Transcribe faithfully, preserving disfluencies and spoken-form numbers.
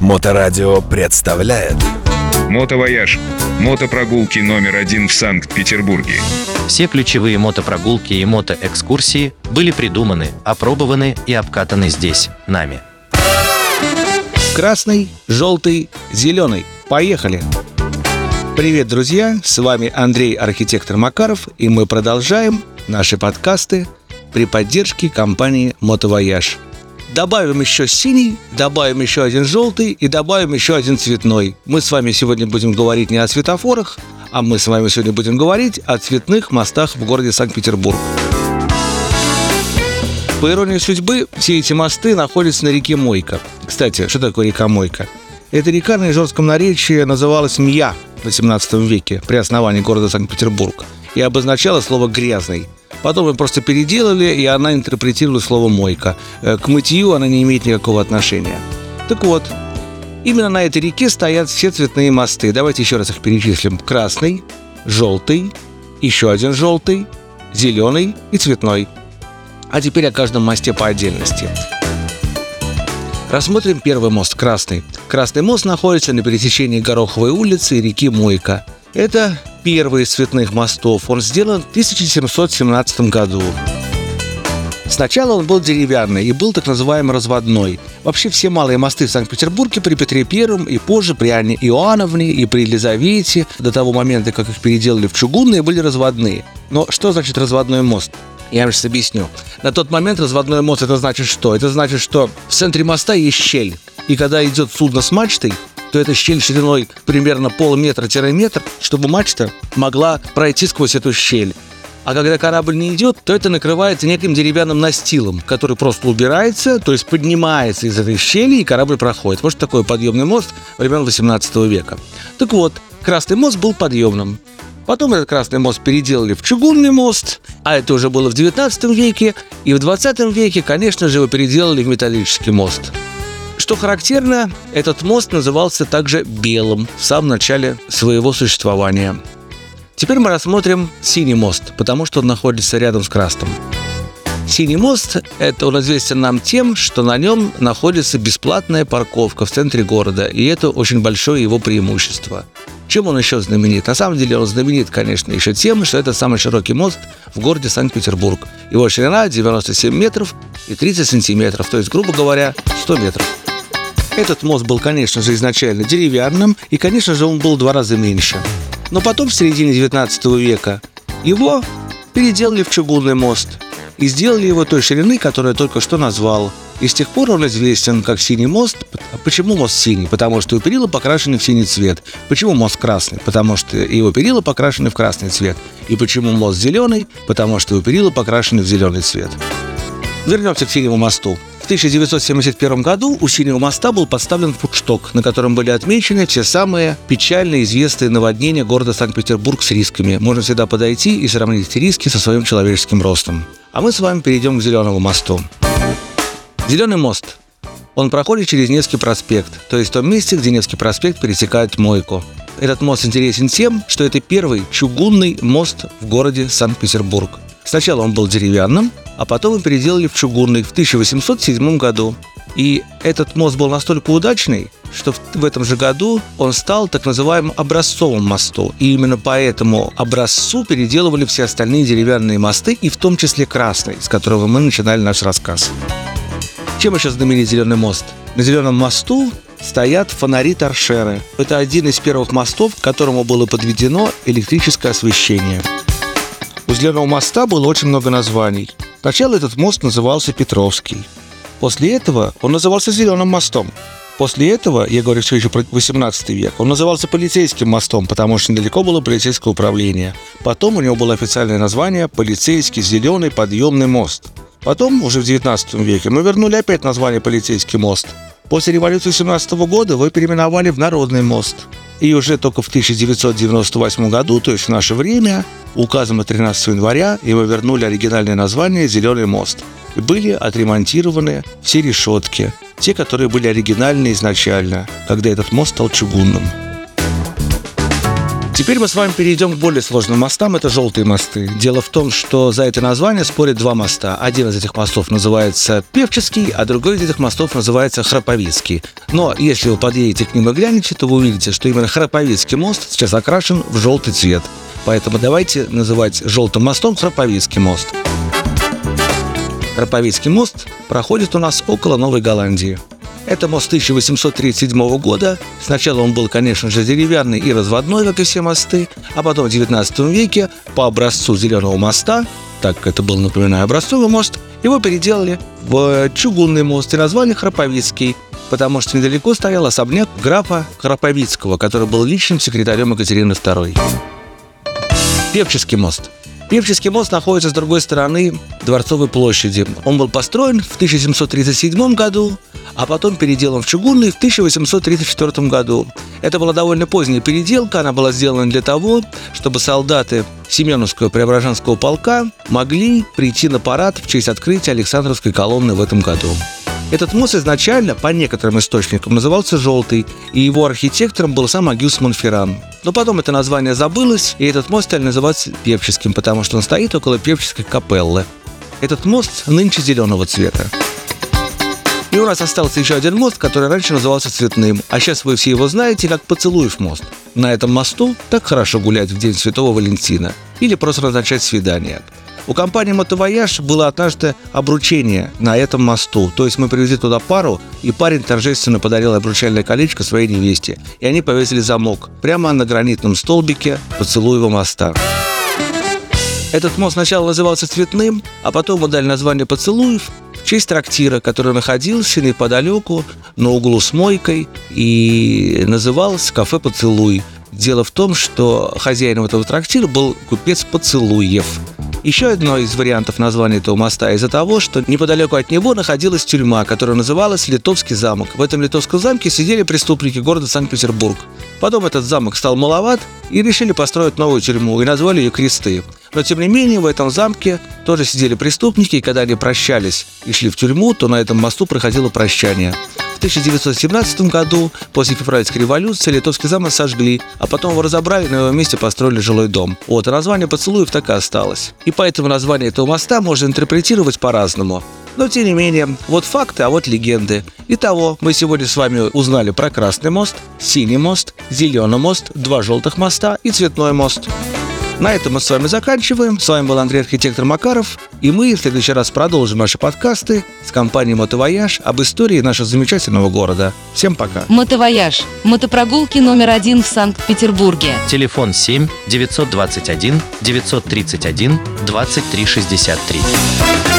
Моторадио представляет Мотовояж. Мотопрогулки номер один в Санкт-Петербурге. Все ключевые мотопрогулки и мотоэкскурсии были придуманы, опробованы и обкатаны здесь, нами. Красный, желтый, зеленый. Поехали! Привет, друзья! С вами Андрей, архитектор Макаров, и мы продолжаем наши подкасты при поддержке компании «Мотовояж». Добавим еще синий, добавим еще один желтый и добавим еще один цветной. Мы с вами сегодня будем говорить не о светофорах, а мы с вами сегодня будем говорить о цветных мостах в городе Санкт-Петербург. По иронии судьбы, все эти мосты находятся на реке Мойка. Кстати, что такое река Мойка? Эта река на ижорском наречии называлась Мья в восемнадцатом веке при основании города Санкт-Петербург и обозначала слово «грязный». Потом ее просто переделали, и она интерпретировала слово «мойка». К мытью она не имеет никакого отношения. Так вот, именно на этой реке стоят все цветные мосты. Давайте еще раз их перечислим. Красный, желтый, еще один желтый, зеленый и цветной. А теперь о каждом мосте по отдельности. Рассмотрим первый мост, красный. Красный мост находится на пересечении Гороховой улицы и реки Мойка. Это первый из цветных мостов. Он сделан в тысяча семьсот семнадцатом году. Сначала он был деревянный и был так называемый разводной. Вообще все малые мосты в Санкт-Петербурге при Петре Первом и позже при Анне Иоанновне и при Елизавете, до того момента, как их переделали в чугунные, были разводные. Но что значит разводной мост? Я вам сейчас объясню. На тот момент разводной мост — это значит что? Это значит, что в центре моста есть щель. И когда идет судно с мачтой, то эта щель шириной примерно полметра-метр, чтобы мачта могла пройти сквозь эту щель. А когда корабль не идет, то это накрывается неким деревянным настилом, который просто убирается, то есть поднимается из этой щели, и корабль проходит. Вот такой подъемный мост времен восемнадцатого века. Так вот, Красный мост был подъемным. Потом этот Красный мост переделали в чугунный мост, а это уже было в девятнадцатом веке, и в двадцатом веке, конечно же, его переделали в металлический мост. Что характерно, этот мост назывался также белым в самом начале своего существования. Теперь мы рассмотрим синий мост, потому что он находится рядом с красным. Синий мост – это он известен нам тем, что на нем находится бесплатная парковка в центре города, и это очень большое его преимущество. Чем он еще знаменит? На самом деле он знаменит, конечно, еще тем, что это самый широкий мост в городе Санкт-Петербург. Его ширина девяносто семь метров и тридцать сантиметров, то есть, грубо говоря, сто метров. Этот мост был, конечно же, изначально деревянным, и, конечно же, он был в два раза меньше. Но потом, в середине девятнадцатого века, его переделали в чугунный мост и сделали его той ширины, которую я только что назвал. И с тех пор он известен как Синий мост. А почему мост синий? Потому что его перила покрашены в синий цвет. Почему мост красный? Потому что его перила покрашены в красный цвет. И почему мост зеленый? Потому что его перила покрашены в зеленый цвет. Вернемся к Синему мосту. В тысяча девятьсот семьдесят первом году у Синего моста был поставлен флагшток, на котором были отмечены все самые печально известные наводнения города Санкт-Петербург с рисками. Можно всегда подойти и сравнить эти риски со своим человеческим ростом. А мы с вами перейдем к Зеленому мосту. Зеленый мост. Он проходит через Невский проспект, то есть в том месте, где Невский проспект пересекает Мойку. Этот мост интересен тем, что это первый чугунный мост в городе Санкт-Петербург. Сначала он был деревянным, а потом его переделали в чугунный в тысяча восемьсот седьмом году. И этот мост был настолько удачный, что в этом же году он стал так называемым образцовым мостом. И именно по этому образцу переделывали все остальные деревянные мосты, и в том числе красный, с которого мы начинали наш рассказ. Чем еще знаменит Зеленый мост? На Зеленом мосту стоят фонари-торшеры. Это один из первых мостов, к которому было подведено электрическое освещение. У Зеленого моста было очень много названий. Сначала этот мост назывался Петровский. После этого он назывался Зеленым мостом. После этого, я говорю все еще про восемнадцатый век, он назывался Полицейским мостом, потому что недалеко было полицейское управление. Потом у него было официальное название Полицейский зеленый подъемный мост. Потом, уже в девятнадцатом веке, мы вернули опять название Полицейский мост. После революции семнадцатого года его переименовали в Народный мост. И уже только в тысяча девятьсот девяносто восьмом году, то есть в наше время, указом от тринадцатого января, ему вернули оригинальное название «Зеленый мост». И были отремонтированы все решетки, те, которые были оригинальны изначально, когда этот мост стал чугунным. Теперь мы с вами перейдем к более сложным мостам. Это желтые мосты. Дело в том, что за это название спорят два моста. Один из этих мостов называется Певческий, а другой из этих мостов называется Храповицкий. Но если вы подъедете к ним и глянете, то вы увидите, что именно Храповицкий мост сейчас окрашен в желтый цвет. Поэтому давайте называть желтым мостом Храповицкий мост. Храповицкий мост проходит у нас около Новой Голландии. Это мост тысяча восемьсот тридцать седьмого года. Сначала он был, конечно же, деревянный и разводной, как и все мосты, а потом в девятнадцатом веке по образцу Зеленого моста, так как это был, напоминаю, образцовый мост, его переделали в чугунный мост и назвали Храповицкий, потому что недалеко стоял особняк графа Храповицкого, который был личным секретарем Екатерины второй. Певческий мост. Певческий мост находится с другой стороны Дворцовой площади. Он был построен в тысяча семьсот тридцать седьмом году, а потом переделан в чугунный в тысяча восемьсот тридцать четвёртом году. Это была довольно поздняя переделка, она была сделана для того, чтобы солдаты Семеновского Преображенского полка могли прийти на парад в честь открытия Александровской колонны в этом году. Этот мост изначально, по некоторым источникам, назывался «Желтый», и его архитектором был сам Агюст Монферран. Но потом это название забылось, и этот мост стали называть Певческим, потому что он стоит около Певческой капеллы. Этот мост нынче зеленого цвета. И у нас остался еще один мост, который раньше назывался Цветным, а сейчас вы все его знаете как Поцелуев мост. На этом мосту так хорошо гулять в день Святого Валентина или просто назначать свидание. У компании «Мотовояж» было однажды обручение на этом мосту. То есть мы привезли туда пару, и парень торжественно подарил обручальное колечко своей невесте. И они повесили замок прямо на гранитном столбике Поцелуева моста. Этот мост сначала назывался Цветным, а потом ему дали название Поцелуев в честь трактира, который находился неподалеку на углу с мойкой и назывался «Кафе Поцелуй». Дело в том, что хозяином этого трактира был купец Поцелуев. Еще одно из вариантов названия этого моста из-за того, что неподалеку от него находилась тюрьма, которая называлась Литовский замок. В этом Литовском замке сидели преступники города Санкт-Петербург. Потом этот замок стал маловат, и решили построить новую тюрьму, и назвали ее Кресты. Но, тем не менее, в этом замке тоже сидели преступники, и когда они прощались и шли в тюрьму, то на этом мосту проходило прощание. В тысяча девятьсот семнадцатом году, после февральской революции, Литовский замок сожгли, а потом его разобрали, на его месте построили жилой дом. Вот, а название Поцелуев так и осталось. И поэтому название этого моста можно интерпретировать по-разному. Но, тем не менее, вот факты, а вот легенды. Итого, мы сегодня с вами узнали про Красный мост, Синий мост, Зеленый мост, два желтых моста и Цветной мост. На этом мы с вами заканчиваем. С вами был Андрей Архитектор Макаров. И мы в следующий раз продолжим наши подкасты с компанией «Мотовояж» об истории нашего замечательного города. Всем пока. «Мотовояж» – мотопрогулки номер один в Санкт-Петербурге. Телефон семь девятьсот двадцать один девятьсот тридцать один двадцать три шестьдесят три.